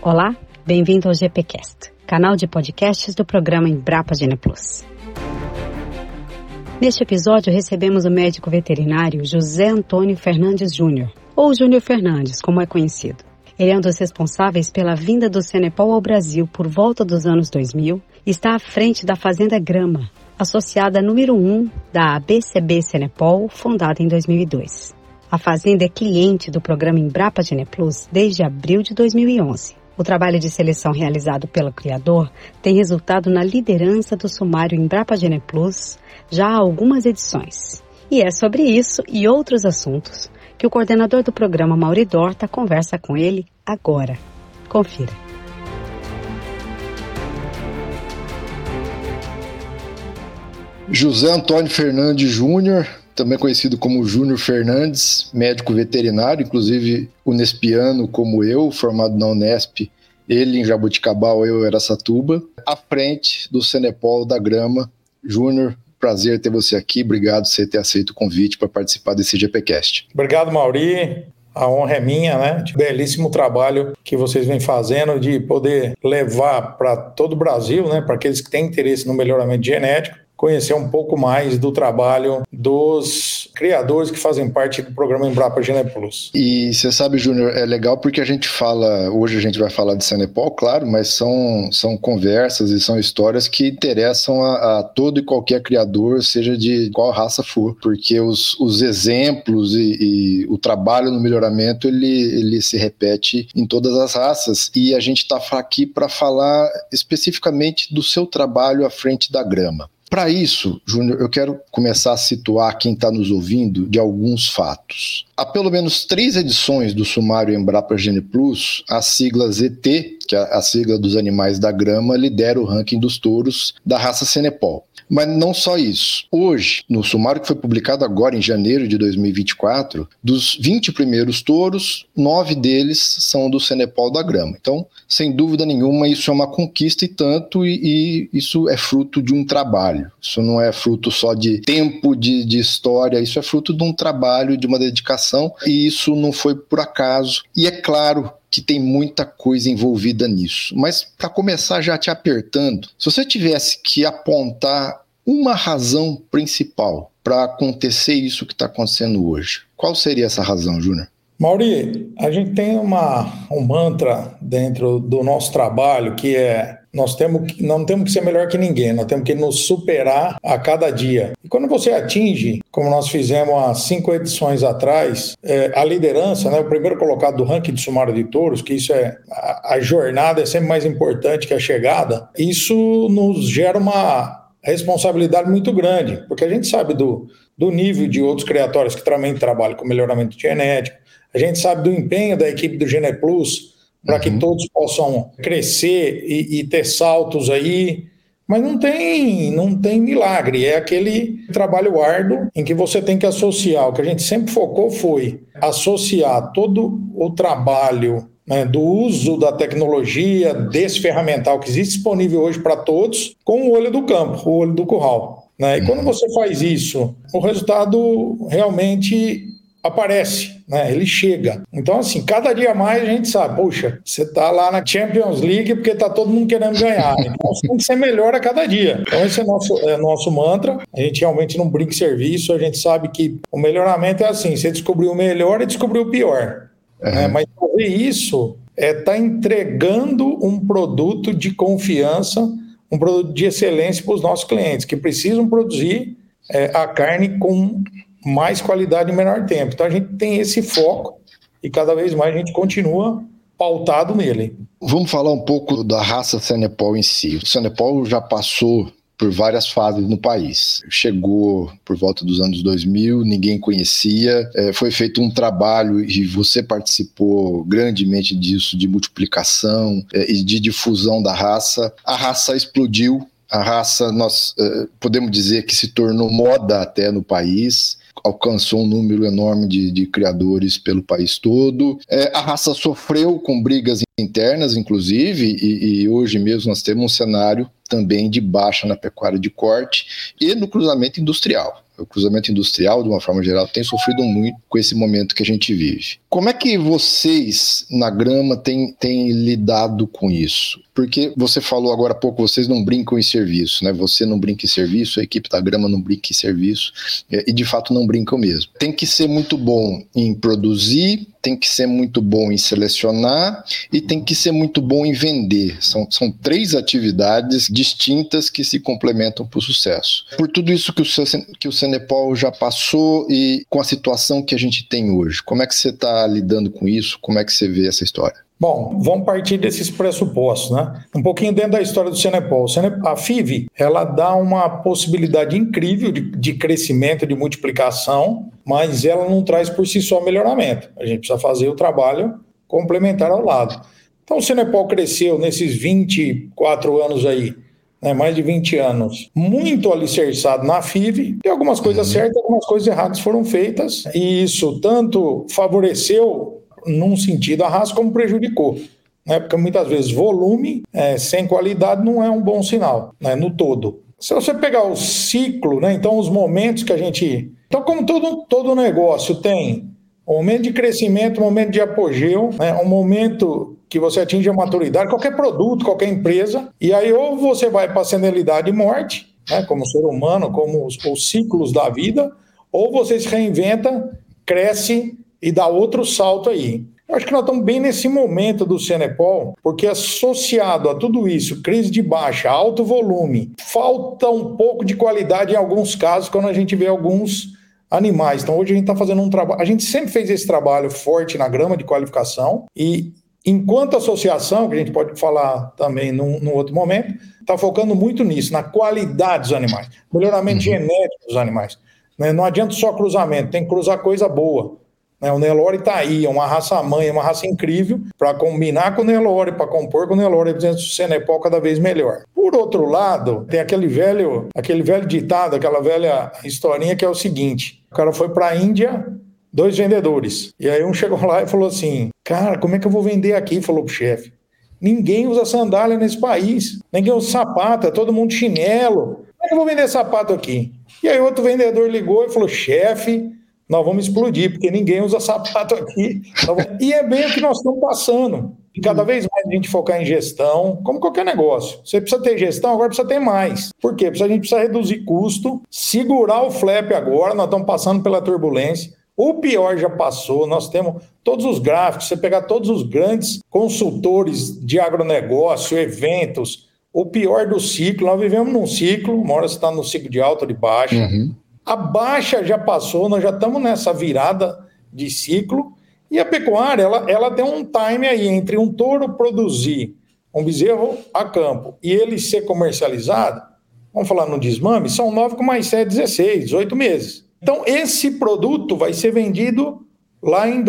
Olá, bem-vindo ao GPcast, canal de podcasts do programa Embrapa Gene Plus. Neste episódio recebemos o médico veterinário José Antônio Fernandes Júnior, ou Júnior Fernandes, como é conhecido. Ele é um dos responsáveis pela vinda do Senepol ao Brasil por volta dos anos 2000 e está à frente da Fazenda Grama, associada número 1 da ABCB Senepol, fundada em 2002. A fazenda é cliente do programa Embrapa Gene Plus desde abril de 2011. O trabalho de seleção realizado pelo criador tem resultado na liderança do sumário Embrapa Gene Plus já há algumas edições. E é sobre isso e outros assuntos que o coordenador do programa, Mauri Dorta, conversa com ele agora. Confira. José Antônio Fernandes Júnior, também conhecido como Júnior Fernandes, médico veterinário, inclusive unespiano como eu, formado na Unesp, ele em Jaboticabal, eu em Araçatuba, à frente do Senepol da Grama. Júnior, prazer ter você aqui, obrigado por você ter aceito o convite para participar desse GPcast. Obrigado, Mauri. A honra é minha, né? Belíssimo trabalho que vocês vêm fazendo de poder levar para todo o Brasil, né? Para aqueles que têm interesse no melhoramento genético, conhecer um pouco mais do trabalho dos criadores que fazem parte do programa Embrapa Gene Plus. E você sabe, Júnior, é legal porque a gente fala, hoje a gente vai falar de Senepol, claro, mas são conversas e são histórias que interessam a todo e qualquer criador, seja de qual raça for, porque os exemplos e o trabalho no melhoramento, ele se repete em todas as raças, e a gente está aqui para falar especificamente do seu trabalho à frente da Grama. Para isso, Júnior, eu quero começar a situar quem está nos ouvindo de alguns fatos. Há pelo menos 3 edições do sumário Embrapa Gene Plus, a sigla ZT, que é a sigla dos animais da grama, lidera o ranking dos touros da raça Senepol. Mas não só isso. Hoje, no sumário que foi publicado agora em janeiro de 2024, dos 20 primeiros touros, 9 deles são do Senepol da Grama. Então, sem dúvida nenhuma, isso é uma conquista e tanto, e isso é fruto de um trabalho. Isso não é fruto só de tempo, de história, isso é fruto de um trabalho, de uma dedicação, e isso não foi por acaso. E é claro que tem muita coisa envolvida nisso. Mas, para começar já te apertando, se você tivesse que apontar uma razão principal para acontecer isso que está acontecendo hoje, qual seria essa razão, Júnior? Mauri, a gente tem um mantra dentro do nosso trabalho que é: não temos que ser melhor que ninguém, nós temos que nos superar a cada dia. E quando você atinge, como nós fizemos há 5 edições atrás, a liderança, né, o primeiro colocado do ranking de sumário de touros, que isso é a jornada é sempre mais importante que a chegada, isso nos gera uma responsabilidade muito grande, porque a gente sabe do nível de outros criatórios que também trabalham com melhoramento genético, a gente sabe do empenho da equipe do Gene Plus para que todos possam crescer e ter saltos aí, mas não tem milagre, é aquele trabalho árduo em que você tem que associar. O que a gente sempre focou foi associar todo o trabalho, né, do uso da tecnologia, desse ferramental que existe disponível hoje para todos, com o olho do campo, o olho do curral, né? E quando você faz isso, o resultado realmente aparece, né? Ele chega. Então, assim, cada dia mais a gente sabe, poxa, você está lá na Champions League porque está todo mundo querendo ganhar. Então, você tem que ser melhor a cada dia. Então, esse é nosso mantra. A gente realmente não brinca em serviço, a gente sabe que o melhoramento é assim, você descobriu o melhor e descobriu o pior. Né? Mas fazer isso tá entregando um produto de confiança, um produto de excelência para os nossos clientes, que precisam produzir a carne com mais qualidade em menor tempo. Então a gente tem esse foco e cada vez mais a gente continua pautado nele. Vamos falar um pouco da raça Senepol em si. O Senepol já passou por várias fases no país. Chegou por volta dos anos 2000, ninguém conhecia, foi feito um trabalho, e você participou grandemente disso, de multiplicação e de difusão da raça. A raça explodiu, a raça, nós podemos dizer que se tornou moda até no país, alcançou um número enorme de criadores pelo país todo. A raça sofreu com brigas internas, inclusive, e hoje mesmo nós temos um cenário também de baixa na pecuária de corte e no cruzamento industrial. O cruzamento industrial, de uma forma geral, tem sofrido muito com esse momento que a gente vive. Como é que vocês, na Grama, têm lidado com isso? Porque você falou agora há pouco, vocês não brincam em serviço, né? Você não brinca em serviço, a equipe da Grama não brinca em serviço, e de fato não brincam mesmo. Tem que ser muito bom em produzir, tem que ser muito bom em selecionar e tem que ser muito bom em vender. São 3 atividades distintas que se complementam para o sucesso. Por tudo isso que o Cenepol já passou e com a situação que a gente tem hoje, como é que você está lidando com isso? Como é que você vê essa história? Bom, vamos partir desses pressupostos, né? Um pouquinho dentro da história do Cenepol. A FIV, ela dá uma possibilidade incrível de crescimento, de multiplicação, mas ela não traz por si só melhoramento. A gente precisa fazer o trabalho complementar ao lado. Então, o Cenepol cresceu nesses 24 anos aí, né, mais de 20 anos, muito alicerçado na FIV, e algumas coisas certas, algumas coisas erradas foram feitas, e isso tanto favoreceu num sentido arrasto como prejudicou, né? Porque muitas vezes volume sem qualidade não é um bom sinal, né? No todo. Se você pegar o ciclo, né? Então os momentos que a gente... Então como todo negócio tem um momento de crescimento, um momento de apogeu, né? Um momento que você atinge a maturidade, qualquer produto, qualquer empresa, e aí ou você vai para a senilidade e morte, né? Como ser humano, como os ciclos da vida, ou você se reinventa, cresce e dá outro salto aí. Eu acho que nós estamos bem nesse momento do Cenepol, porque associado a tudo isso, crise de baixa, alto volume, falta um pouco de qualidade em alguns casos quando a gente vê alguns animais. Então hoje a gente está fazendo um trabalho, a gente sempre fez esse trabalho forte na Grama de qualificação e enquanto associação, que a gente pode falar também num outro momento, está focando muito nisso, na qualidade dos animais, melhoramento genético dos animais. Não adianta só cruzamento, tem que cruzar coisa boa. O Nelore está aí, é uma raça mãe, é uma raça incrível para combinar com o Nelore, para compor com o Nelore, dentro do Cenepol cada vez melhor. Por outro lado, tem aquele velho ditado, aquela velha historinha que é o seguinte: o cara foi para a Índia, 2 vendedores, e aí um chegou lá e falou assim: cara, como é que eu vou vender aqui? Falou pro chefe: ninguém usa sandália nesse país, ninguém usa sapato, é todo mundo chinelo, como é que eu vou vender sapato aqui? E aí outro vendedor ligou e falou: chefe, nós vamos explodir, porque ninguém usa sapato aqui. E é bem o que nós estamos passando. E cada vez mais a gente focar em gestão, como qualquer negócio. Você precisa ter gestão, agora precisa ter mais. Por quê? A gente precisa reduzir custo, segurar o flap agora, nós estamos passando pela turbulência. O pior já passou, nós temos todos os gráficos, você pegar todos os grandes consultores de agronegócio, eventos, o pior do ciclo, nós vivemos num ciclo, uma hora você está no ciclo de alta ou de baixa. A baixa já passou, nós já estamos nessa virada de ciclo, e a pecuária, ela tem um time aí entre um touro produzir um bezerro a campo e ele ser comercializado, vamos falar no desmame, são 9 com mais 7, 16, 18 meses. Então, esse produto vai ser vendido lá em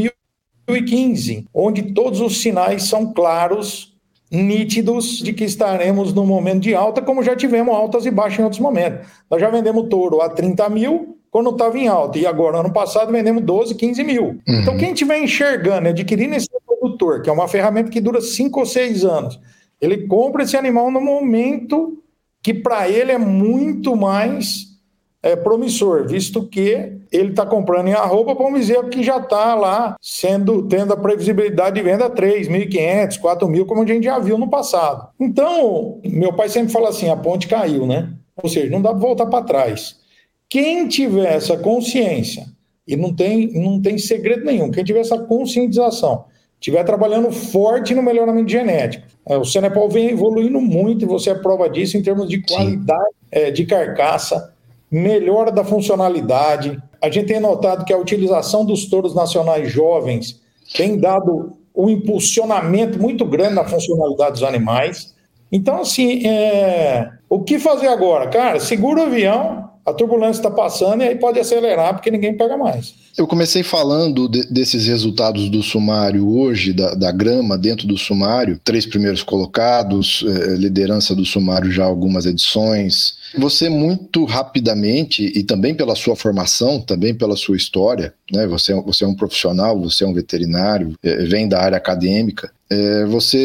2015, onde todos os sinais são claros, nítidos de que estaremos num momento de alta, como já tivemos altas e baixas em outros momentos. Nós já vendemos touro a 30 mil quando estava em alta, e agora, ano passado, vendemos 12, 15 mil. Então, quem estiver enxergando, adquirindo esse produtor, que é uma ferramenta que dura 5 ou 6 anos, ele compra esse animal no momento que para ele é muito mais promissor, visto que ele está comprando em arroba para um bezerro que já está lá tendo a previsibilidade de venda 3.500, 4.000, como a gente já viu no passado. Então, meu pai sempre fala assim, a ponte caiu, né? Ou seja, não dá para voltar para trás. Quem tiver essa consciência, e não tem segredo nenhum, quem tiver essa conscientização, estiver trabalhando forte no melhoramento genético, o Cenepol vem evoluindo muito, e você é prova disso em termos de qualidade de carcaça, melhora da funcionalidade. A gente tem notado que a utilização dos touros nacionais jovens tem dado um impulsionamento muito grande na funcionalidade dos animais. Então, assim, o que fazer agora? Cara, segura o avião, a turbulência está passando e aí pode acelerar porque ninguém pega mais. Eu comecei falando desses resultados do sumário hoje, da Grama dentro do sumário, 3 primeiros colocados, liderança do sumário já algumas edições. Você muito rapidamente, e também pela sua formação, também pela sua história, né? Você é um profissional, você é um veterinário, vem da área acadêmica, você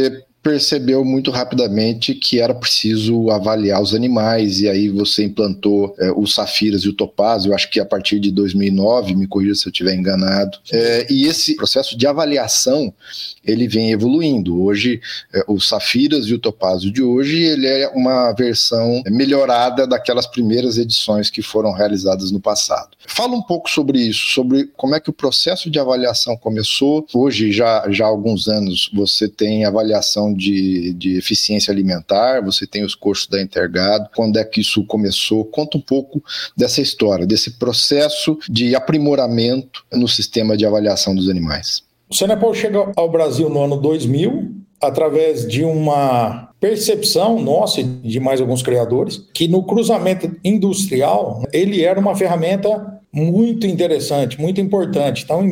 percebeu muito rapidamente que era preciso avaliar os animais, e aí você implantou os safiras e o topázio, eu acho que a partir de 2009, me corrija se eu estiver enganado, e esse processo de avaliação, ele vem evoluindo. Hoje, os safiras e o topázio de hoje, ele é uma versão melhorada daquelas primeiras edições que foram realizadas no passado. Fala um pouco sobre isso, sobre como é que o processo de avaliação começou. Hoje, já há alguns anos, você tem avaliação de eficiência alimentar, você tem os cursos da Intergado. Quando é que isso começou? Conta um pouco dessa história, desse processo de aprimoramento no sistema de avaliação dos animais. O Senepol chega ao Brasil no ano 2000, através de uma percepção nossa e de mais alguns criadores, que no cruzamento industrial, ele era uma ferramenta muito interessante, muito importante. Então, em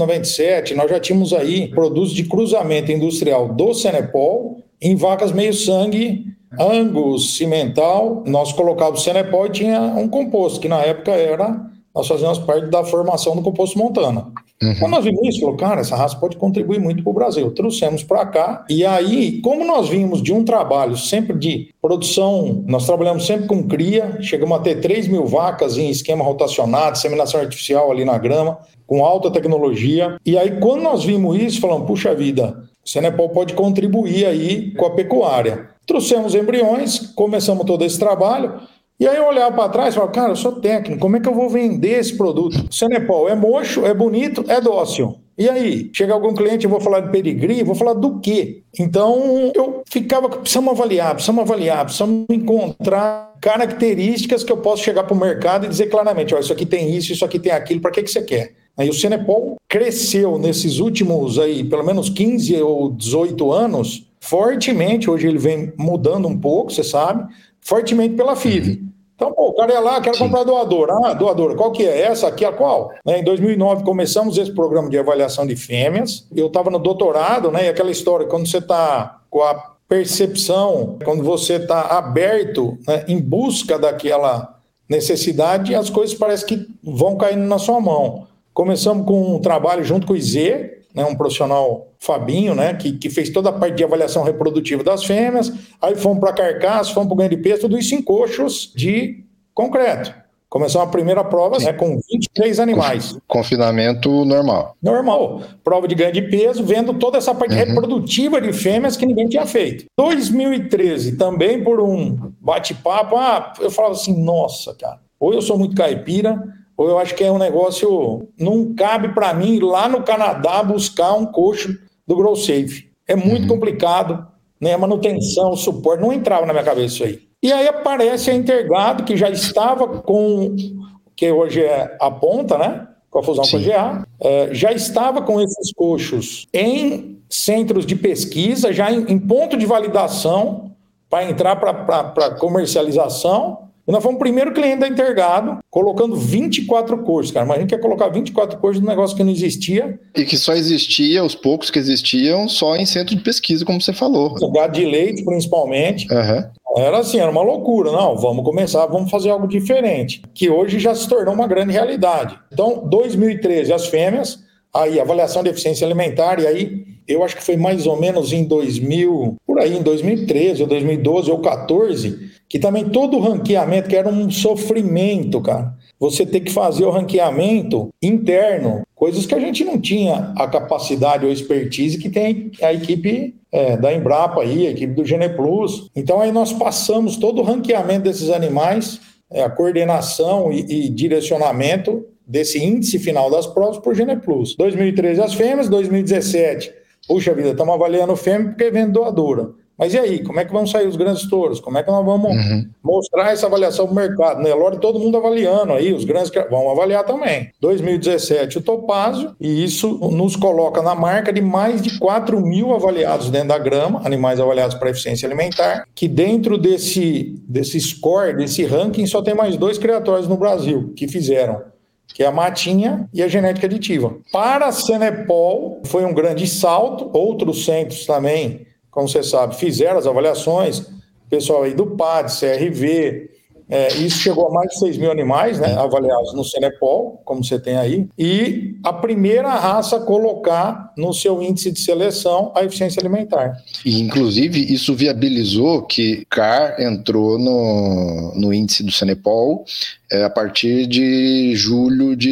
1997, nós já tínhamos aí produtos de cruzamento industrial do Senepol em vacas meio-sangue, Angus, cimental. Nós colocávamos o Senepol e tinha um composto, que na época nós fazíamos parte da formação do composto Montana. Quando nós vimos isso, falou, cara, essa raça pode contribuir muito para o Brasil. Trouxemos para cá, e aí, como nós vimos de um trabalho sempre de produção, nós trabalhamos sempre com cria, chegamos a ter 3 mil vacas em esquema rotacionado, disseminação artificial ali na grama, com alta tecnologia. E aí, quando nós vimos isso, falamos, puxa vida, o Senepol pode contribuir aí com a pecuária. Trouxemos embriões, começamos todo esse trabalho. E aí eu olhava para trás e falava, cara, eu sou técnico, como é que eu vou vender esse produto? O Senepol é mocho, é bonito, é dócil. E aí, chega algum cliente, eu vou falar de pedigree, vou falar do quê? Então, eu ficava, precisamos avaliar, precisamos encontrar características que eu posso chegar para o mercado e dizer claramente, ó, isso aqui tem isso aqui tem aquilo, para que você quer? Aí o Senepol cresceu nesses últimos, aí, pelo menos 15 ou 18 anos, fortemente, hoje ele vem mudando um pouco, você sabe, fortemente pela FIV. Então, o cara ia lá, quero comprar doadora. Ah, doadora, qual que é? Essa aqui, a qual? Em 2009, começamos esse programa de avaliação de fêmeas. Eu estava no doutorado, né? E aquela história, quando você está com a percepção, quando você está aberto, né, em busca daquela necessidade, as coisas parecem que vão caindo na sua mão. Começamos com um trabalho junto com o IZ, né, um profissional, Fabinho, né, que fez toda a parte de avaliação reprodutiva das fêmeas, aí fomos para carcaça, fomos para o ganho de peso, tudo isso em coxos de concreto. Começamos a primeira prova, né, com 23 animais. Confinamento normal. Normal. Prova de ganho de peso, vendo toda essa parte reprodutiva de fêmeas que ninguém tinha feito. 2013, também por um bate-papo, eu falava assim, nossa, cara, ou eu sou muito caipira, ou eu acho que é um negócio, não cabe para mim ir lá no Canadá buscar um coxo do Grow Safe. É muito complicado, né? A manutenção, o suporte, não entrava na minha cabeça isso aí. E aí aparece a Intergado, que já estava com, que hoje é a Ponta, né? Com a fusão com a GA, já estava com esses coxos em centros de pesquisa, já em ponto de validação para entrar para comercialização. E nós fomos o primeiro cliente da Intergado, colocando 24 coxos, cara. Mas a gente quer colocar 24 coxos num negócio que não existia. E que só existia, os poucos que existiam, só em centro de pesquisa, como você falou. Gado de leite, principalmente. Era assim, era uma loucura. Não, vamos começar, vamos fazer algo diferente. Que hoje já se tornou uma grande realidade. Então, 2013, as fêmeas, aí avaliação de eficiência alimentar, e aí eu acho que foi mais ou menos em 2013, ou 2012, ou 2014, que também todo o ranqueamento, que era um sofrimento, cara. Você ter que fazer o ranqueamento interno, coisas que a gente não tinha a capacidade ou expertise que tem a equipe da Embrapa aí, a equipe do Geneplus. Então aí nós passamos todo o ranqueamento desses animais, a coordenação e direcionamento desse índice final das provas para o Geneplus. 2013 as fêmeas, 2017, puxa vida, estamos avaliando fêmea porque vende doadora. Mas e aí, como é que vão sair os grandes touros? Como é que nós vamos mostrar essa avaliação para o mercado? Nelore, todo mundo avaliando aí, os grandes vão avaliar também. 2017 o topázio, e isso nos coloca na marca de mais de 4 mil avaliados dentro da grama, animais avaliados para eficiência alimentar, que dentro desse score, desse ranking, só tem mais 2 criatórios no Brasil que fizeram, que é a Matinha e a genética aditiva. Para a Senepol foi um grande salto, outros centros também, como você sabe, fizeram as avaliações, o pessoal aí do PAD, CRV, Isso chegou a mais de 6 mil animais, né, avaliados no Cenepol, como você tem aí, e a primeira raça a colocar no seu índice de seleção a eficiência alimentar. E, inclusive, isso viabilizou que CAR entrou no índice do Cenepol a partir de julho de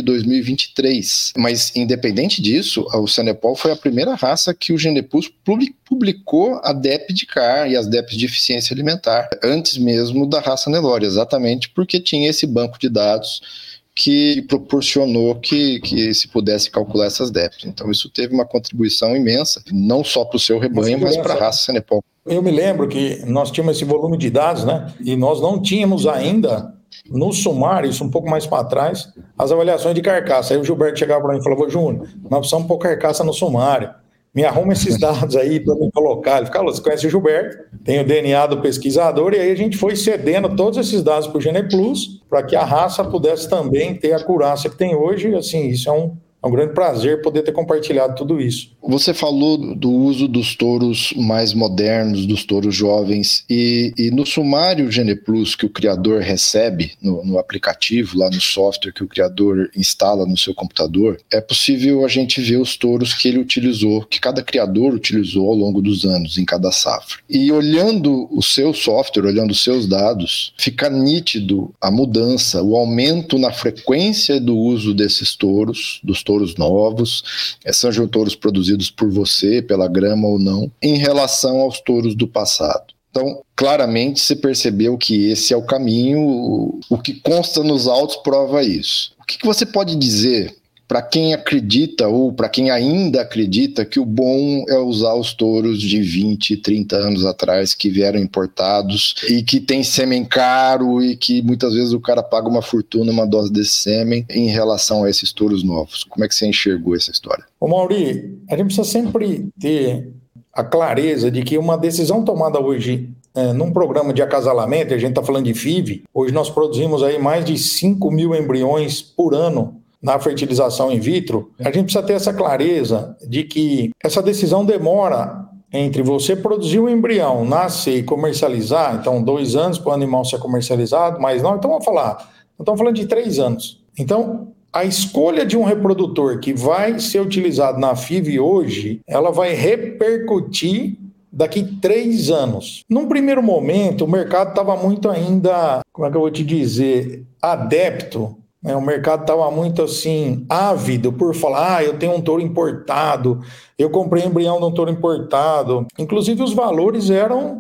2023. Mas, independente disso, o Cenepol foi a primeira raça que o Geneplus publicou a DEP de CAR e as DEPs de eficiência alimentar, antes mesmo da raça Nelore, exatamente porque tinha esse banco de dados que proporcionou que se pudesse calcular essas DEPs. Então, isso teve uma contribuição imensa, não só para o seu rebanho, mas para a raça Cenepol. Eu me lembro que nós tínhamos esse volume de dados, né? E nós não tínhamos ainda, no sumário, isso um pouco mais para trás, as avaliações de carcaça. Aí o Gilberto chegava para mim e falava: Júnior, nós precisamos pôr carcaça no sumário. Me arruma esses dados aí para me colocar. Ele ficava: você conhece o Gilberto, tem o DNA do pesquisador, e aí a gente foi cedendo todos esses dados para o Geneplus para que a raça pudesse também ter a acurácia que tem hoje. Assim, isso é um grande prazer poder ter compartilhado tudo isso. Você falou do uso dos touros mais modernos, dos touros jovens, e no sumário Geneplus que o criador recebe no aplicativo, lá no software que o criador instala no seu computador, é possível a gente ver os touros que ele utilizou, que cada criador utilizou ao longo dos anos, em cada safra. E olhando o seu software, olhando os seus dados, fica nítido a mudança, o aumento na frequência do uso desses touros, dos touros novos, sejam touros produzidos por você, pela grama ou não, em relação aos touros do passado. Então, claramente se percebeu que esse é o caminho, o que consta nos autos prova isso. O que você pode dizer para quem acredita ou para quem ainda acredita que o bom é usar os touros de 20, 30 anos atrás que vieram importados e que tem sêmen caro e que muitas vezes o cara paga uma fortuna, uma dose desse sêmen em relação a esses touros novos? Como é que você enxergou essa história? Ô Mauri, a gente precisa sempre ter a clareza de que uma decisão tomada hoje num programa de acasalamento, a gente está falando de FIV, hoje nós produzimos aí mais de 5 mil embriões por ano na fertilização in vitro. A gente precisa ter essa clareza de que essa decisão demora entre você produzir um embrião, nascer e comercializar, então 2 anos para o animal ser comercializado, mas não, então vamos falar, nós estamos falando de 3 anos. Então, a escolha de um reprodutor que vai ser utilizado na FIV hoje, ela vai repercutir daqui 3 anos. Num primeiro momento, o mercado estava muito ainda, como é que eu vou te dizer, adepto. O mercado estava muito assim, ávido por falar: eu tenho um touro importado, eu comprei embrião de um touro importado. Inclusive os valores eram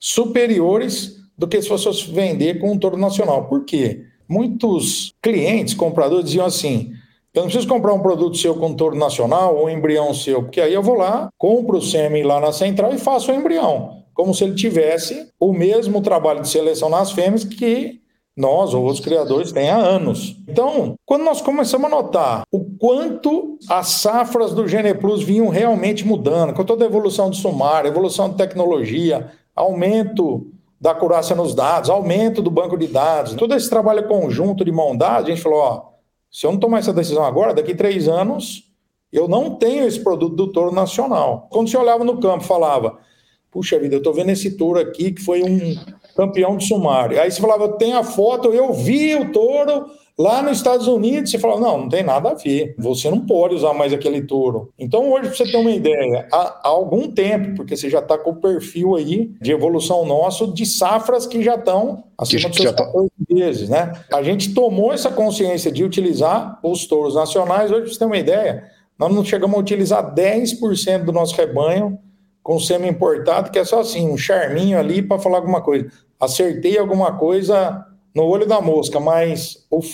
superiores do que se fosse vender com um touro nacional. Por quê? Muitos clientes, compradores, diziam assim: eu não preciso comprar um produto seu com touro nacional ou um embrião seu, porque aí eu vou lá, compro o sêmen lá na central e faço o embrião, como se ele tivesse o mesmo trabalho de seleção nas fêmeas que nós, ou os criadores, têm há anos. Então, quando nós começamos a notar o quanto as safras do Geneplus vinham realmente mudando, com toda a evolução do sumário, evolução de tecnologia, aumento da acurácia nos dados, aumento do banco de dados, todo esse trabalho conjunto de mão dada, a gente falou: se eu não tomar essa decisão agora, daqui 3 anos, eu não tenho esse produto do touro nacional. Quando você olhava no campo, falava: puxa vida, eu estou vendo esse touro aqui que foi um campeão de sumário. Aí você falava: eu tenho a foto, eu vi o touro lá nos Estados Unidos. Você falava: não tem nada a ver, você não pode usar mais aquele touro. Então hoje, para você ter uma ideia, há algum tempo, porque você já está com o perfil aí de evolução nosso de safras que já estão acima dos seus 14 meses, né? A gente tomou essa consciência de utilizar os touros nacionais. Hoje, para você ter uma ideia, nós não chegamos a utilizar 10% do nosso rebanho com sêmen importado, que é só assim, um charminho ali para falar alguma coisa. Acertei alguma coisa no olho da mosca, mas o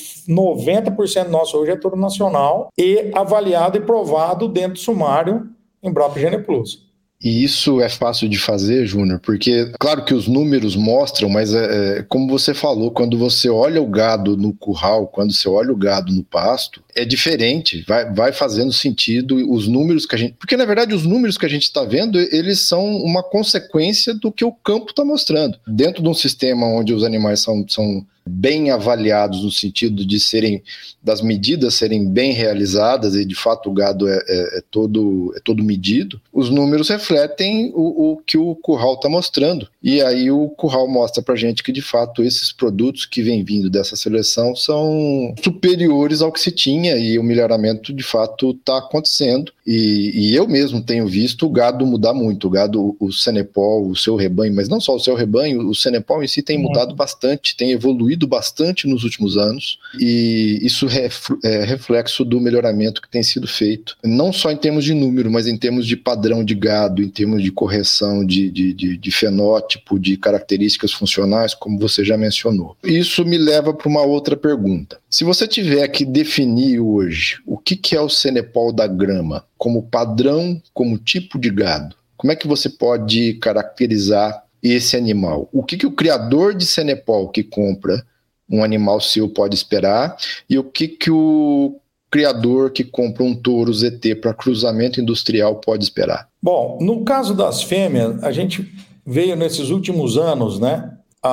90% nosso hoje é touro nacional e avaliado e provado dentro do sumário Embrapa Geneplus. E isso é fácil de fazer, Júnior, porque claro que os números mostram, mas como você falou, quando você olha o gado no curral, quando você olha o gado no pasto, é diferente, vai fazendo sentido os números que a gente... Porque na verdade os números que a gente está vendo, eles são uma consequência do que o campo está mostrando. Dentro de um sistema onde os animais são bem avaliados no sentido de das medidas serem bem realizadas, e de fato o gado é todo medido, os números refletem o que o Curral está mostrando. E aí o Curral mostra para a gente que de fato esses produtos que vêm vindo dessa seleção são superiores ao que se tinha, e o melhoramento de fato está acontecendo. E eu mesmo tenho visto o gado mudar muito, o Cenepol, o seu rebanho, mas não só o seu rebanho, o Cenepol em si tem mudado bastante, tem evoluído bastante nos últimos anos, e isso é reflexo do melhoramento que tem sido feito, não só em termos de número, mas em termos de padrão de gado, em termos de correção de fenótipo, de características funcionais, como você já mencionou. Isso me leva para uma outra pergunta. Se você tiver que definir hoje o que é o Cenepol da grama, como padrão, como tipo de gado, como é que você pode caracterizar esse animal? O que o criador de Cenepol que compra um animal seu pode esperar, e o que o criador que compra um touro ZT para cruzamento industrial pode esperar? Bom, no caso das fêmeas, a gente veio nesses últimos anos, né,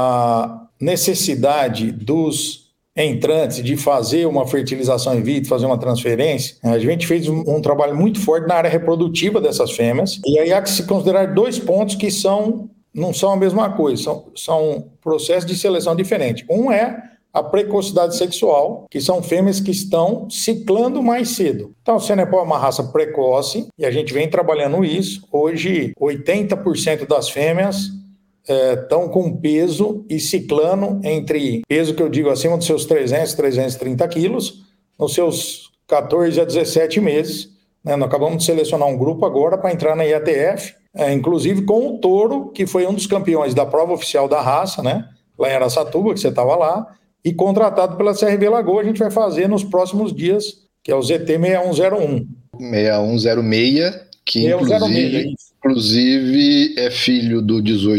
a necessidade dos entrantes de fazer uma fertilização in vitro, fazer uma transferência. A gente fez um trabalho muito forte na área reprodutiva dessas fêmeas, e aí há que se considerar 2 pontos que não são a mesma coisa, são processos de seleção diferentes. Um é a precocidade sexual, que são fêmeas que estão ciclando mais cedo. Então, o Cenepol é uma raça precoce, e a gente vem trabalhando isso. Hoje, 80% das fêmeas estão com peso e ciclando entre peso que eu digo acima dos seus 330 quilos, nos seus 14 a 17 meses. Né? Nós acabamos de selecionar um grupo agora para entrar na IATF, inclusive com o touro, que foi um dos campeões da prova oficial da raça, né? Lá em Araçatuba, que você estava lá, e contratado pela CRB Lagoa. A gente vai fazer nos próximos dias, que é o ZT6101. 6106, que inclusive é filho do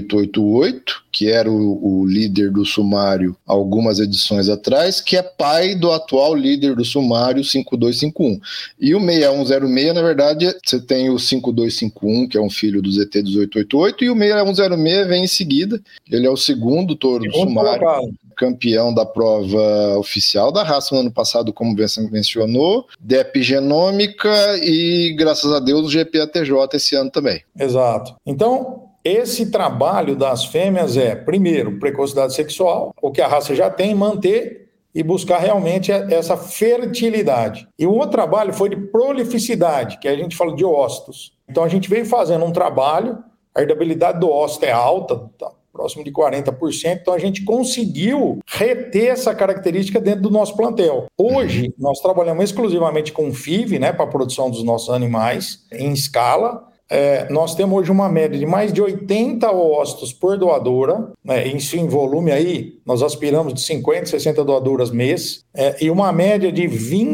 1888, que era o líder do sumário algumas edições atrás, que é pai do atual líder do sumário 5251. E o 6106, na verdade, você tem o 5251, que é um filho do ZT 1888, e o 6106 vem em seguida. Ele é o segundo touro do sumário, campeão da prova oficial da raça no ano passado, como você mencionou, de epigenômica, e graças a Deus o GPATJ esse ano também. Exato. Então, esse trabalho das fêmeas é, primeiro, precocidade sexual, o que a raça já tem, manter e buscar realmente essa fertilidade. E o outro trabalho foi de prolificidade, que a gente fala de ócitos. Então, a gente veio fazendo um trabalho, a herdabilidade do ócito é alta, tá próximo de 40%, então a gente conseguiu reter essa característica dentro do nosso plantel. Hoje, nós trabalhamos exclusivamente com FIV, né, para a produção dos nossos animais, em escala. Nós temos hoje uma média de mais de 80 ócitos por doadora, né, isso em volume aí, nós aspiramos de 50, 60 doadoras mês, e uma média de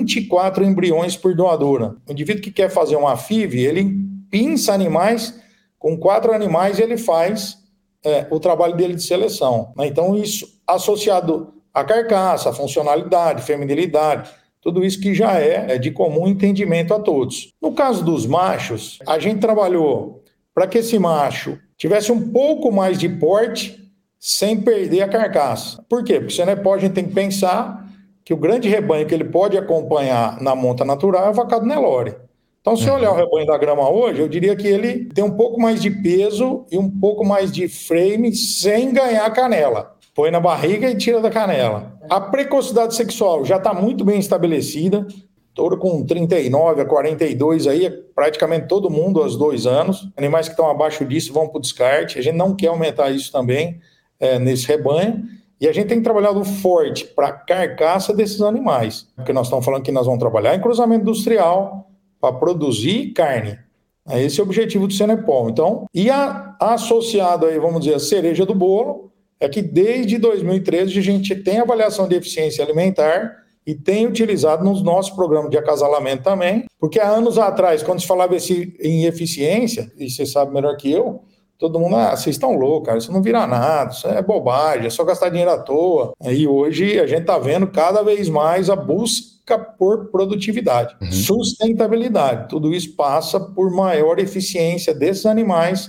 24 embriões por doadora. O indivíduo que quer fazer uma FIV, ele pinça animais, com 4 animais ele faz o trabalho dele de seleção. Né? Então, isso associado à carcaça, à funcionalidade, feminilidade, tudo isso que já é de comum entendimento a todos. No caso dos machos, a gente trabalhou para que esse macho tivesse um pouco mais de porte sem perder a carcaça. Por quê? Porque o Cenepol a gente tem que pensar que o grande rebanho que ele pode acompanhar na monta natural é o vacado Nelore. Então, se eu olhar o rebanho da grama hoje, eu diria que ele tem um pouco mais de peso e um pouco mais de frame sem ganhar canela. Põe na barriga e tira da canela. A precocidade sexual já está muito bem estabelecida. Touro com 39 a 42 aí, praticamente todo mundo aos 2 anos. Animais que estão abaixo disso vão para o descarte. A gente não quer aumentar isso também nesse rebanho. E a gente tem trabalhado forte para a carcaça desses animais. Porque nós estamos falando que nós vamos trabalhar em cruzamento industrial, para produzir carne. Esse é o objetivo do Cenepol. Então, e associado aí, vamos dizer, a cereja do bolo, é que desde 2013 a gente tem avaliação de eficiência alimentar e tem utilizado nos nossos programas de acasalamento também, porque há anos atrás, quando se falava em eficiência, e você sabe melhor que eu, todo mundo, vocês estão loucos, cara, isso não vira nada, isso é bobagem, é só gastar dinheiro à toa. E hoje a gente está vendo cada vez mais a busca por produtividade, sustentabilidade. Tudo isso passa por maior eficiência desses animais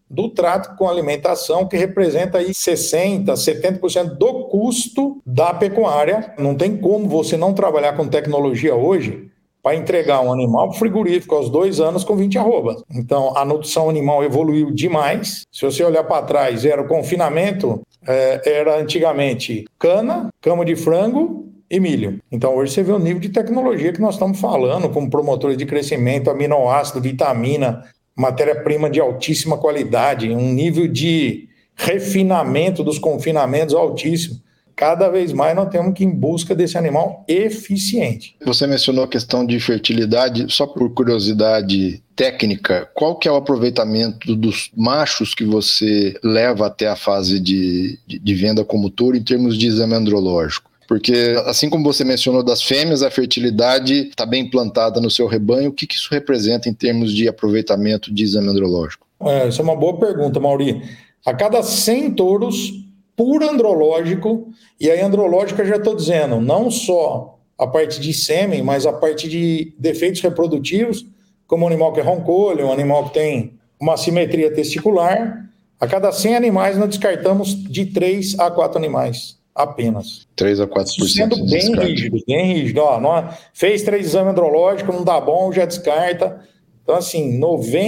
do trato com alimentação, que representa aí 60%, 70% do custo da pecuária. Não tem como você não trabalhar com tecnologia hoje para entregar um animal frigorífico aos 2 anos com 20 arrobas. Então, a nutrição animal evoluiu demais. Se você olhar para trás, era o confinamento, era antigamente cana, cama de frango e milho. Então, hoje você vê o nível de tecnologia que nós estamos falando, como promotores de crescimento, aminoácido, vitamina, matéria-prima de altíssima qualidade, um nível de refinamento dos confinamentos altíssimo. Cada vez mais nós temos que ir em busca desse animal eficiente. Você mencionou a questão de fertilidade, só por curiosidade técnica, qual que é o aproveitamento dos machos que você leva até a fase de venda como touro em termos de exame andrológico? Porque, assim como você mencionou das fêmeas, a fertilidade está bem implantada no seu rebanho. O que isso representa em termos de aproveitamento de exame andrológico? Essa é uma boa pergunta, Mauri. A cada 100 touros por andrológico, e aí andrológico eu já estou dizendo, não só a parte de sêmen, mas a parte de defeitos reprodutivos, como um animal que é roncolho, um animal que tem uma assimetria testicular. A cada 100 animais nós descartamos de 3 a 4 animais apenas. 3 a 4%. Sendo bem rígido, bem rígido. Fez 3 exames andrológicos, não dá bom, já descarta. Então, assim,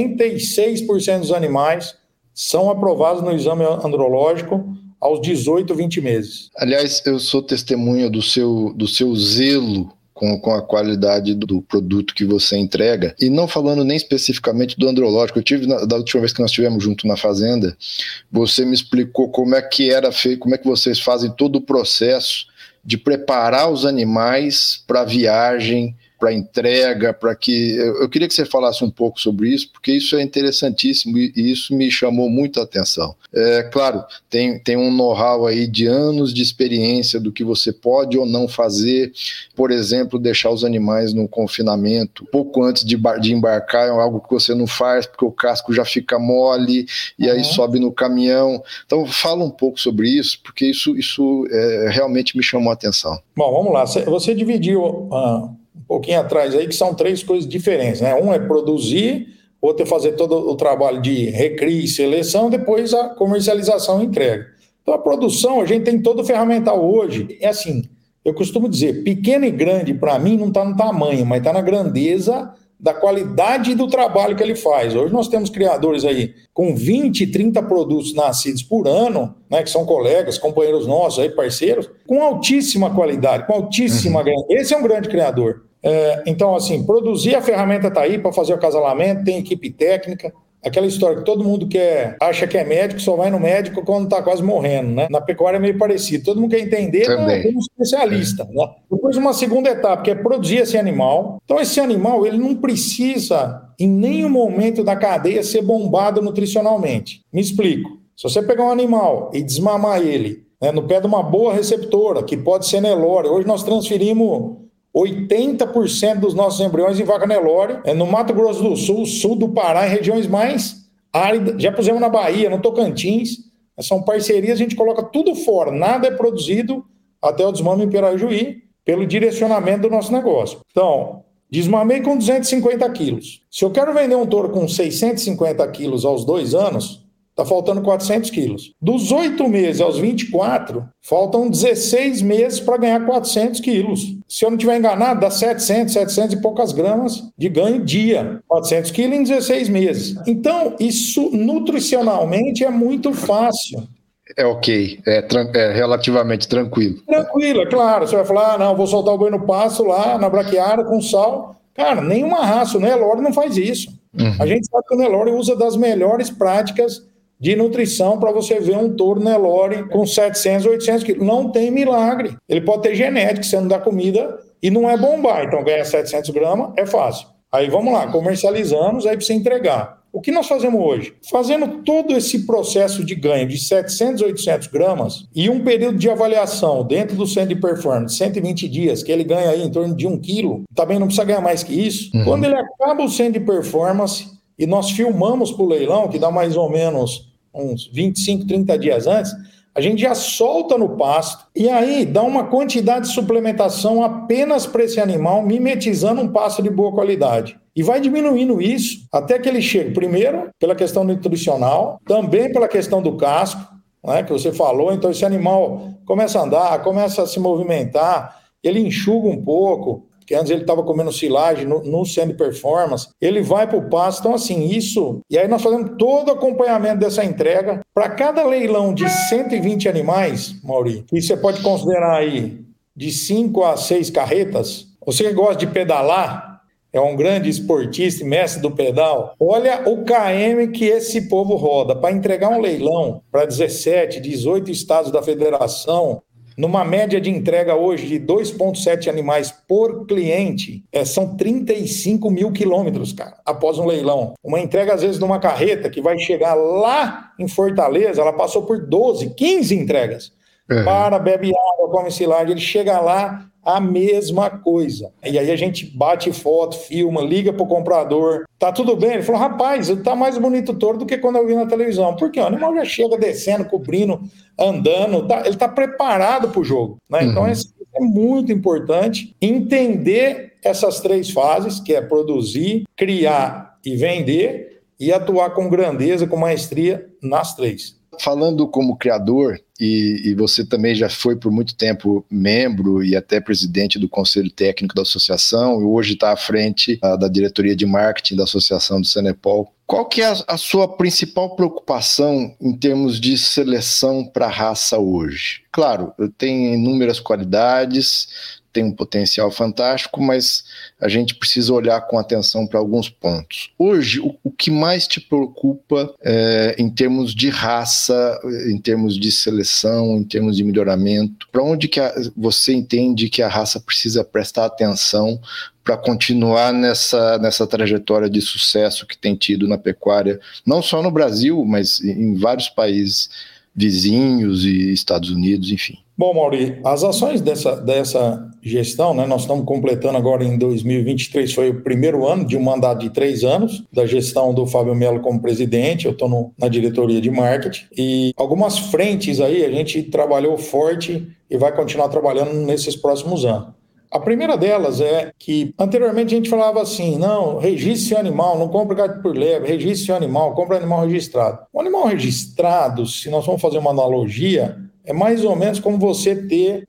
96% dos animais são aprovados no exame andrológico aos 18, 20 meses. Aliás, eu sou testemunha do seu zelo com a qualidade do produto que você entrega, e não falando nem especificamente do andrológico. Eu tive, da última vez que nós estivemos junto na fazenda, você me explicou como é que era feito, como é que vocês fazem todo o processo de preparar os animais para a viagem, para entrega, para que... Eu queria que você falasse um pouco sobre isso, porque isso é interessantíssimo e isso me chamou muito a atenção. Claro, tem um know-how aí de anos de experiência do que você pode ou não fazer, por exemplo, deixar os animais no confinamento pouco antes de embarcar, é algo que você não faz, porque o casco já fica mole, e aí sobe no caminhão. Então, fala um pouco sobre isso, porque isso realmente me chamou a atenção. Bom, vamos lá. Você dividiu... um pouquinho atrás aí, que são 3 coisas diferentes, né? Um é produzir, outro é fazer todo o trabalho de recria e seleção, depois a comercialização e entrega. Então a produção, a gente tem todo o ferramental hoje. É assim, eu costumo dizer, pequeno e grande para mim não está no tamanho, mas está na grandeza da qualidade do trabalho que ele faz. Hoje nós temos criadores aí com 20, 30 produtos nascidos por ano, né, que são colegas, companheiros nossos, aí, parceiros, com altíssima qualidade, com altíssima grandeza. Esse é um grande criador. Então, assim, produzir, a ferramenta está aí para fazer o acasalamento, tem equipe técnica, aquela história que todo mundo acha que é médico, só vai no médico quando está quase morrendo, né? Na pecuária é meio parecido, todo mundo quer entender, como especialista, né? Depois uma segunda etapa, que é produzir esse animal. Então, esse animal, ele não precisa, em nenhum momento da cadeia, ser bombado nutricionalmente. Me explico. Se você pegar um animal e desmamar ele, né, no pé de uma boa receptora, que pode ser Nelore, hoje nós transferimos 80% dos nossos embriões em vaca Nelore, no Mato Grosso do Sul, sul do Pará, em regiões mais áridas, já pusemos na Bahia, no Tocantins, são parcerias, a gente coloca tudo fora, nada é produzido até o desmame em Pirajuí, pelo direcionamento do nosso negócio. Então, desmamei com 250 quilos. Se eu quero vender um touro com 650 quilos aos 2 anos, está faltando 400 quilos. Dos 8 meses aos 24, faltam 16 meses para ganhar 400 quilos. Se eu não estiver enganado, dá 700 e poucas gramas de ganho dia. 400 quilos em 16 meses. Então, isso nutricionalmente é muito fácil. É ok, é relativamente tranquilo. Tranquilo, é claro. Você vai falar, não, vou soltar o boi no pasto lá, na braquiária, com sal. Cara, nenhuma raça, o Nelore não faz isso. A gente sabe que o Nelore usa das melhores práticas de nutrição para você ver um touro Nelore com 700, 800 quilos. Não tem milagre. Ele pode ter genética, você não dá comida e não é bombar. Então, ganhar 700 gramas é fácil. Aí, vamos lá, comercializamos, aí para você entregar. O que nós fazemos hoje? Fazendo todo esse processo de ganho de 700, 800 gramas e um período de avaliação dentro do centro de performance, 120 dias, que ele ganha aí em torno de 1 quilo, também não precisa ganhar mais que isso. Quando ele acaba o centro de performance e nós filmamos para o leilão, que dá mais ou menos uns 25, 30 dias antes, a gente já solta no pasto e aí dá uma quantidade de suplementação apenas para esse animal, mimetizando um pasto de boa qualidade. E vai diminuindo isso até que ele chegue, primeiro, pela questão nutricional, também pela questão do casco, né, que você falou. Então, esse animal começa a andar, começa a se movimentar, ele enxuga um pouco, porque antes ele estava comendo silagem no CN Performance, ele vai para o pasto. Então, assim, isso... E aí nós fazemos todo o acompanhamento dessa entrega. Para cada leilão de 120 animais, Mauri, e você pode considerar aí de 5 a 6 carretas, você que gosta de pedalar, é um grande esportista e mestre do pedal, olha o KM que esse povo roda para entregar um leilão para 17, 18 estados da federação, numa média de entrega hoje de 2,7 animais por cliente, são 35 mil quilômetros, cara, após um leilão. Uma entrega, às vezes, numa carreta que vai chegar lá em Fortaleza, ela passou por 12, 15 entregas. Para, bebe água, come silagem, ele chega lá, a mesma coisa. E aí a gente bate foto, filma, liga pro comprador. Tá tudo bem? Ele falou, rapaz, tá mais bonito o touro do que quando eu vi na televisão. Por quê? O animal já chega descendo, cobrindo, andando, ele tá preparado pro jogo, né? Então é muito importante entender essas 3 fases, que é produzir, criar e vender, e atuar com grandeza, com maestria nas 3. Falando como criador, e você também já foi por muito tempo membro e até presidente do Conselho Técnico da Associação, e hoje está à frente da diretoria de marketing da Associação do Cenepol. Qual que é a sua principal preocupação em termos de seleção para a raça hoje? Claro, tem inúmeras qualidades, tem um potencial fantástico, mas a gente precisa olhar com atenção para alguns pontos. Hoje, o que mais te preocupa em termos de raça, em termos de seleção, em termos de melhoramento? Para onde que você entende que a raça precisa prestar atenção para continuar nessa trajetória de sucesso que tem tido na pecuária, não só no Brasil, mas em vários países vizinhos e Estados Unidos, enfim? Bom, Mauri, as ações dessa gestão, né, nós estamos completando agora em 2023, foi o primeiro ano de um mandato de 3 anos da gestão do Fábio Melo como presidente. Eu estou na diretoria de marketing, e algumas frentes aí a gente trabalhou forte e vai continuar trabalhando nesses próximos anos. A primeira delas é que anteriormente a gente falava assim, não, registre seu animal, não compre gado por leve, registre seu animal, compre animal registrado. O animal registrado, se nós vamos fazer uma analogia, é mais ou menos como você ter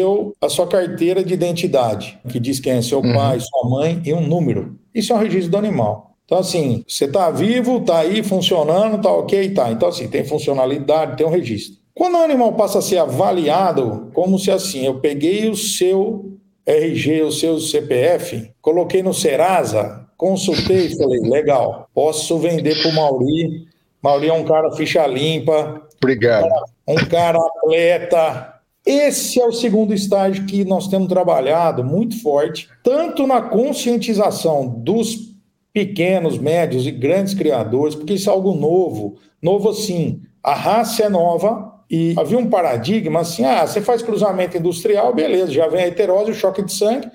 a sua carteira de identidade, que diz quem é seu pai, sua mãe e um número. Isso é um registro do animal. Então, assim, você está vivo, está aí funcionando, está ok, tá. Então, assim, tem funcionalidade, tem um registro. Quando o animal passa a ser avaliado, como se assim, eu peguei o seu RG, o seu CPF, coloquei no Serasa, consultei e falei, legal, posso vender para o Mauri. Mauri é um cara ficha limpa. Obrigado. Um cara atleta. Esse é o segundo estágio que nós temos trabalhado muito forte, tanto na conscientização dos pequenos, médios e grandes criadores, porque isso é algo novo. Novo assim, a raça é nova e havia um paradigma assim, você faz cruzamento industrial, beleza, já vem a heterose, o choque de sangue,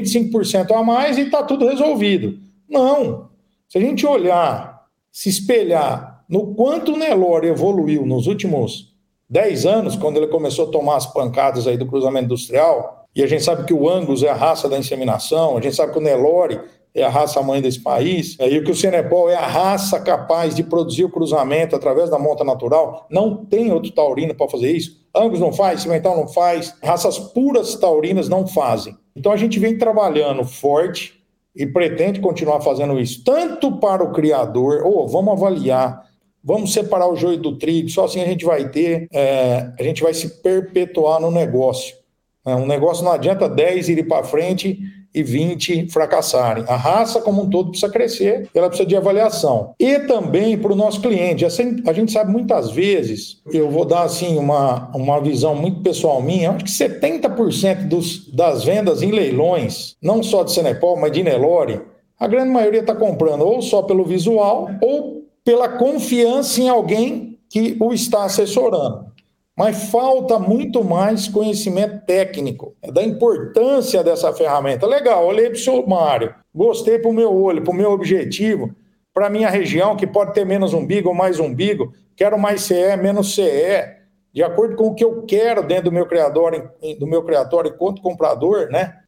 25% a mais e está tudo resolvido. Não. Se a gente olhar, se espelhar no quanto o Nelore evoluiu nos últimos 10 anos, quando ele começou a tomar as pancadas aí do cruzamento industrial, e a gente sabe que o Angus é a raça da inseminação, a gente sabe que o Nelore é a raça mãe desse país, e que o Cenepol é a raça capaz de produzir o cruzamento através da monta natural. Não tem outro taurino para fazer isso. Angus não faz, cimental não faz, raças puras taurinas não fazem. Então a gente vem trabalhando forte e pretende continuar fazendo isso, tanto para o criador, vamos avaliar, vamos separar o joio do trigo, só assim a gente vai a gente vai se perpetuar no negócio. Um negócio não adianta 10 ir para frente e 20 fracassarem. A raça como um todo precisa crescer, ela precisa de avaliação. E também para o nosso cliente. A gente sabe muitas vezes, eu vou dar assim uma visão muito pessoal minha, acho que 70% das vendas em leilões, não só de Cenepol, mas de Nelore, a grande maioria está comprando ou só pelo visual ou pela confiança em alguém que o está assessorando. Mas falta muito mais conhecimento técnico, da importância dessa ferramenta. Legal, olhei para o seu Mário, gostei para o meu olho, para o meu objetivo, para a minha região, que pode ter menos umbigo ou mais umbigo, quero mais CE, menos CE, de acordo com o que eu quero dentro do meu criatório enquanto comprador, né?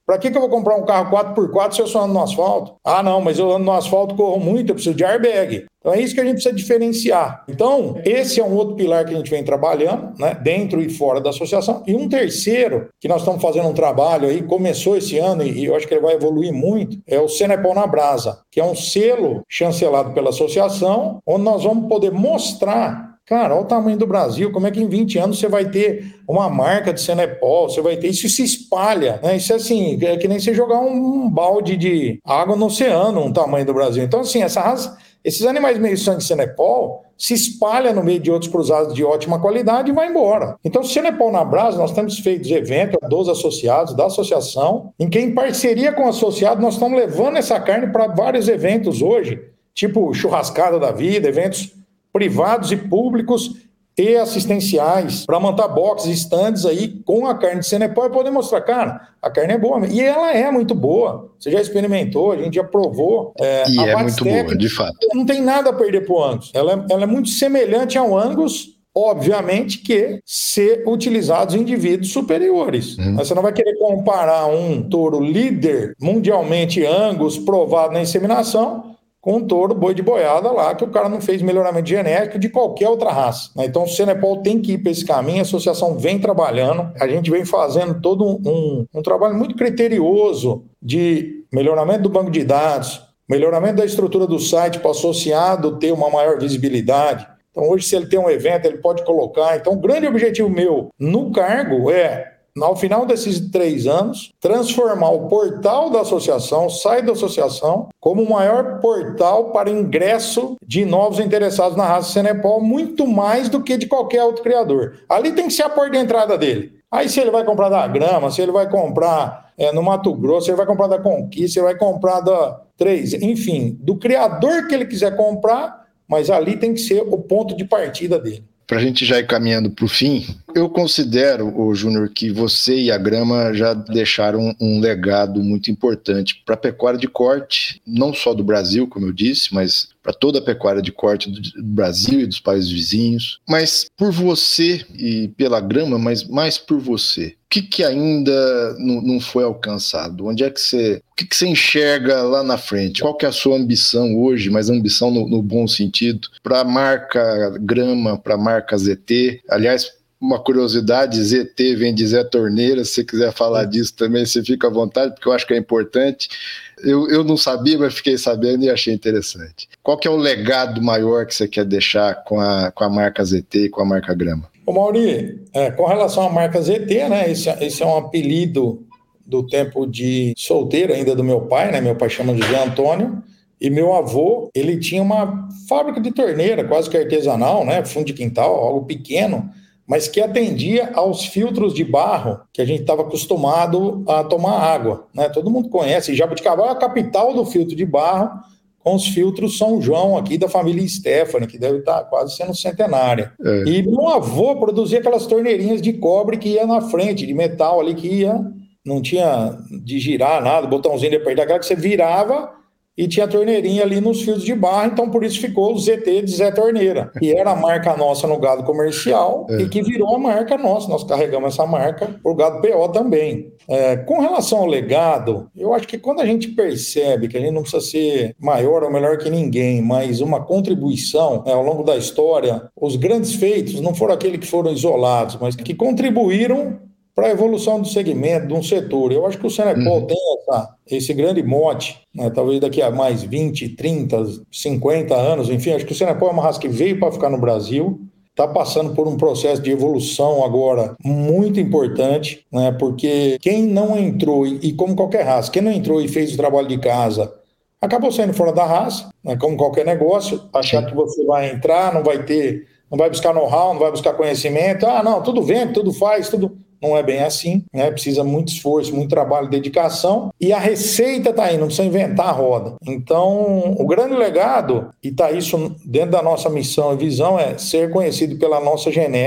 Para que eu vou comprar um carro 4x4 se eu só ando no asfalto? Ah, não, mas eu ando no asfalto, corro muito, eu preciso de airbag. Então é isso que a gente precisa diferenciar. Então, esse é um outro pilar que a gente vem trabalhando, né, dentro e fora da associação. E um terceiro, que nós estamos fazendo um trabalho aí, começou esse ano e eu acho que ele vai evoluir muito, é o Cenepol na Brasa, que é um selo chancelado pela associação, onde nós vamos poder mostrar. Cara, olha o tamanho do Brasil, como é que em 20 anos você vai ter uma marca de Cenepol, você vai ter, isso se espalha, né? Isso é assim, é que nem você jogar um balde de água no oceano, um tamanho do Brasil. Então, assim, esses animais meio sangue Cenepol se espalha no meio de outros cruzados de ótima qualidade e vai embora. Então, Cenepol na Brasa, nós temos feito eventos dos associados, da associação, em que em parceria com o associado nós estamos levando essa carne para vários eventos hoje, tipo churrascada da vida, eventos privados e públicos e assistenciais, para montar boxes, estandes aí com a carne de Cenepol e poder mostrar, cara, a carne é boa. E ela é muito boa. Você já experimentou, a gente já provou. E é muito boa, de fato. Não tem nada a perder pro Angus. Ela é muito semelhante ao Angus, obviamente que ser utilizados em indivíduos superiores. Mas você não vai querer comparar um touro líder mundialmente Angus, provado na inseminação, com um touro boi de boiada lá, que o cara não fez melhoramento genético de qualquer outra raça. Então o Cenepol tem que ir para esse caminho, a associação vem trabalhando, a gente vem fazendo todo um trabalho muito criterioso de melhoramento do banco de dados, melhoramento da estrutura do site para o associado ter uma maior visibilidade. Então hoje, se ele tem um evento, ele pode colocar. Então o grande objetivo meu no cargo é, ao final desses 3 anos, transformar o portal da associação, o site da associação, como o maior portal para ingresso de novos interessados na raça Cenepol, muito mais do que de qualquer outro criador. Ali tem que ser a porta de entrada dele. Aí se ele vai comprar da Grama, se ele vai comprar no Mato Grosso, se ele vai comprar da Conquista, se ele vai comprar da 3, enfim, do criador que ele quiser comprar, mas ali tem que ser o ponto de partida dele. Para a gente já ir caminhando para o fim, eu considero, Júnior, que você e a Grama já deixaram um legado muito importante para a pecuária de corte, não só do Brasil, como eu disse, mas para toda a pecuária de corte do Brasil e dos países vizinhos. Mas por você e pela Grama, mas mais por você, o que ainda não foi alcançado? Onde é que o que você enxerga lá na frente? Qual que é a sua ambição hoje, mas ambição no bom sentido, para a marca Grama, para a marca ZT? Aliás, uma curiosidade, ZT vem de Zé Torneira, se você quiser falar disso também, você fica à vontade, porque eu acho que é importante. Eu não sabia, mas fiquei sabendo e achei interessante. Qual que é o legado maior que você quer deixar com a marca ZT e com a marca Grama? Ô Mauri, com relação à marca ZT, né, esse é um apelido do tempo de solteiro ainda do meu pai, né, meu pai chama de Zé Antônio, e meu avô, ele tinha uma fábrica de torneira, quase que artesanal, né, fundo de quintal, algo pequeno, mas que atendia aos filtros de barro que a gente estava acostumado a tomar água, né? Todo mundo conhece, Jabuticabal é a capital do filtro de barro, com os filtros São João aqui da família Stephanie, que deve estar quase sendo centenária. E meu avô produzia aquelas torneirinhas de cobre que ia na frente, de metal ali que ia, não tinha de girar nada, botãozinho de apertar, aquela que você virava e tinha a torneirinha ali nos fios de barro, então por isso ficou o ZT de Zé Torneira, que era a marca nossa no gado comercial e que virou a marca nossa, nós carregamos essa marca por gado PO também. Com relação ao legado, eu acho que quando a gente percebe que a gente não precisa ser maior ou melhor que ninguém, mas uma contribuição ao longo da história, os grandes feitos não foram aqueles que foram isolados, mas que contribuíram para a evolução do segmento, de um setor. Eu acho que o Cenepol tem esse grande mote, né? Talvez daqui a mais 20, 30, 50 anos, enfim, acho que o Cenepol é uma raça que veio para ficar no Brasil, está passando por um processo de evolução agora muito importante, né? Porque quem não entrou, e como qualquer raça, quem não entrou e fez o trabalho de casa, acabou saindo fora da raça, né? Como qualquer negócio, achar que você vai entrar, não vai buscar know-how, não vai buscar conhecimento, não, tudo vende, tudo faz, tudo... Não é bem assim, né? Precisa muito esforço, muito trabalho, dedicação, e a receita está aí, não precisa inventar a roda. Então, o grande legado, e está isso dentro da nossa missão e visão, é ser conhecido pela nossa genética,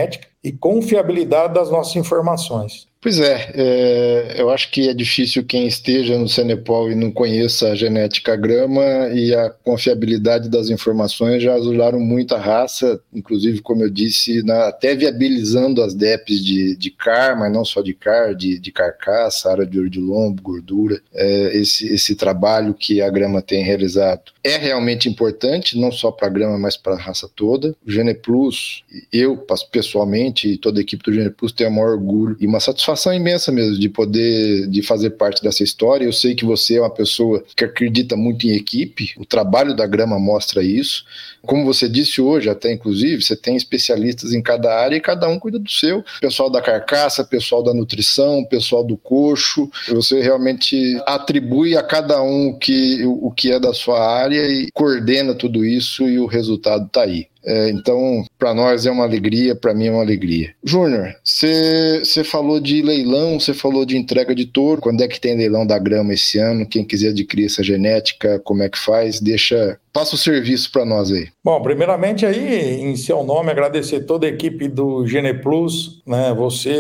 e confiabilidade das nossas informações. Pois é, eu acho que é difícil quem esteja no Cenepol e não conheça a genética grama, e a confiabilidade das informações já ajudaram muito a raça, inclusive, como eu disse, até viabilizando as DEPs de CAR, mas não só de CAR, de carcaça, área de ouro de lombo, gordura. Esse trabalho que a grama tem realizado é realmente importante, não só para a grama, mas para a raça toda. O GenePlus, eu pessoalmente e toda a equipe do GenePlus tem o maior orgulho e uma satisfação imensa mesmo de fazer parte dessa história. Eu sei que você é uma pessoa que acredita muito em equipe, o trabalho da grama mostra isso. Como você disse hoje, até inclusive, você tem especialistas em cada área e cada um cuida do seu. Pessoal da carcaça, pessoal da nutrição, pessoal do coxo. Você realmente atribui a cada um o que é da sua área e coordena tudo isso, e o resultado está aí. Então, para nós é uma alegria, para mim é uma alegria. Júnior, você falou de leilão, você falou de entrega de touro. Quando é que tem leilão da grama esse ano? Quem quiser adquirir essa genética, como é que faz? Passa o serviço para nós aí. Bom, primeiramente aí, em seu nome, agradecer toda a equipe do GenePlus, né?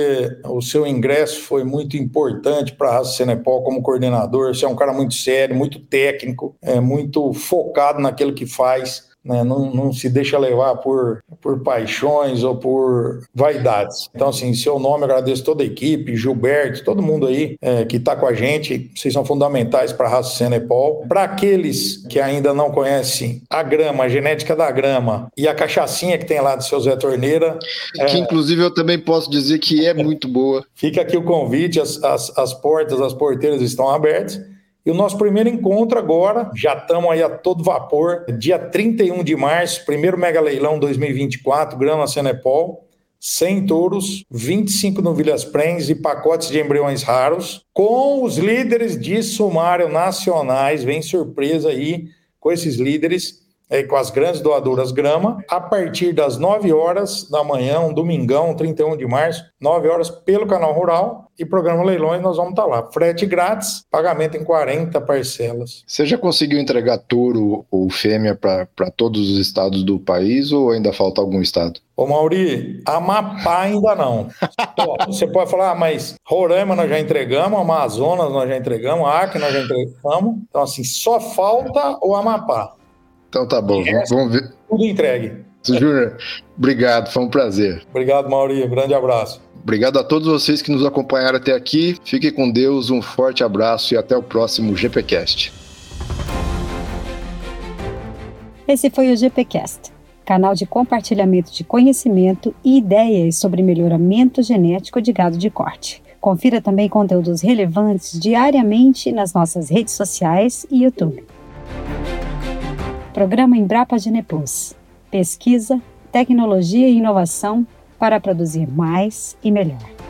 O seu ingresso foi muito importante para a raça Cenepol como coordenador. Você é um cara muito sério, muito técnico, muito focado naquilo que faz. Né, não se deixa levar por paixões ou por vaidades. Então, assim, em seu nome, agradeço toda a equipe, Gilberto, todo mundo aí que está com a gente. Vocês são fundamentais para a raça Cenepol. Para aqueles que ainda não conhecem a grama, a genética da grama e a cachaçinha que tem lá do seu Zé Torneira. Que inclusive eu também posso dizer que é muito boa. Fica aqui o convite, as porteiras estão abertas. E o nosso primeiro encontro agora, já estamos aí a todo vapor, dia 31 de março, primeiro mega leilão 2024, grama Cenepol, 100 touros, 25 novilhas prens e pacotes de embriões raros, com os líderes de sumário nacionais. Vem surpresa aí com esses líderes, com as grandes doadoras grama, a partir das 9 horas da manhã, um domingão, 31 de março, 9 horas, pelo Canal Rural e programa Leilões, nós vamos estar lá. Frete grátis, pagamento em 40 parcelas. Você já conseguiu entregar touro ou fêmea para todos os estados do país, ou ainda falta algum estado? Ô Mauri, Amapá ainda não. Você pode falar, mas Roraima nós já entregamos, Amazonas nós já entregamos, Acre nós já entregamos. Então, assim, só falta o Amapá. Então tá bom, vamos ver. Tudo entregue. Júnior, obrigado, foi um prazer. Obrigado, Mauri, grande abraço. Obrigado a todos vocês que nos acompanharam até aqui. Fiquem com Deus, um forte abraço e até o próximo GPcast. Esse foi o GPcast, canal de compartilhamento de conhecimento e ideias sobre melhoramento genético de gado de corte. Confira também conteúdos relevantes diariamente nas nossas redes sociais e YouTube. Programa Embrapa GenePlus. Pesquisa, tecnologia e inovação para produzir mais e melhor.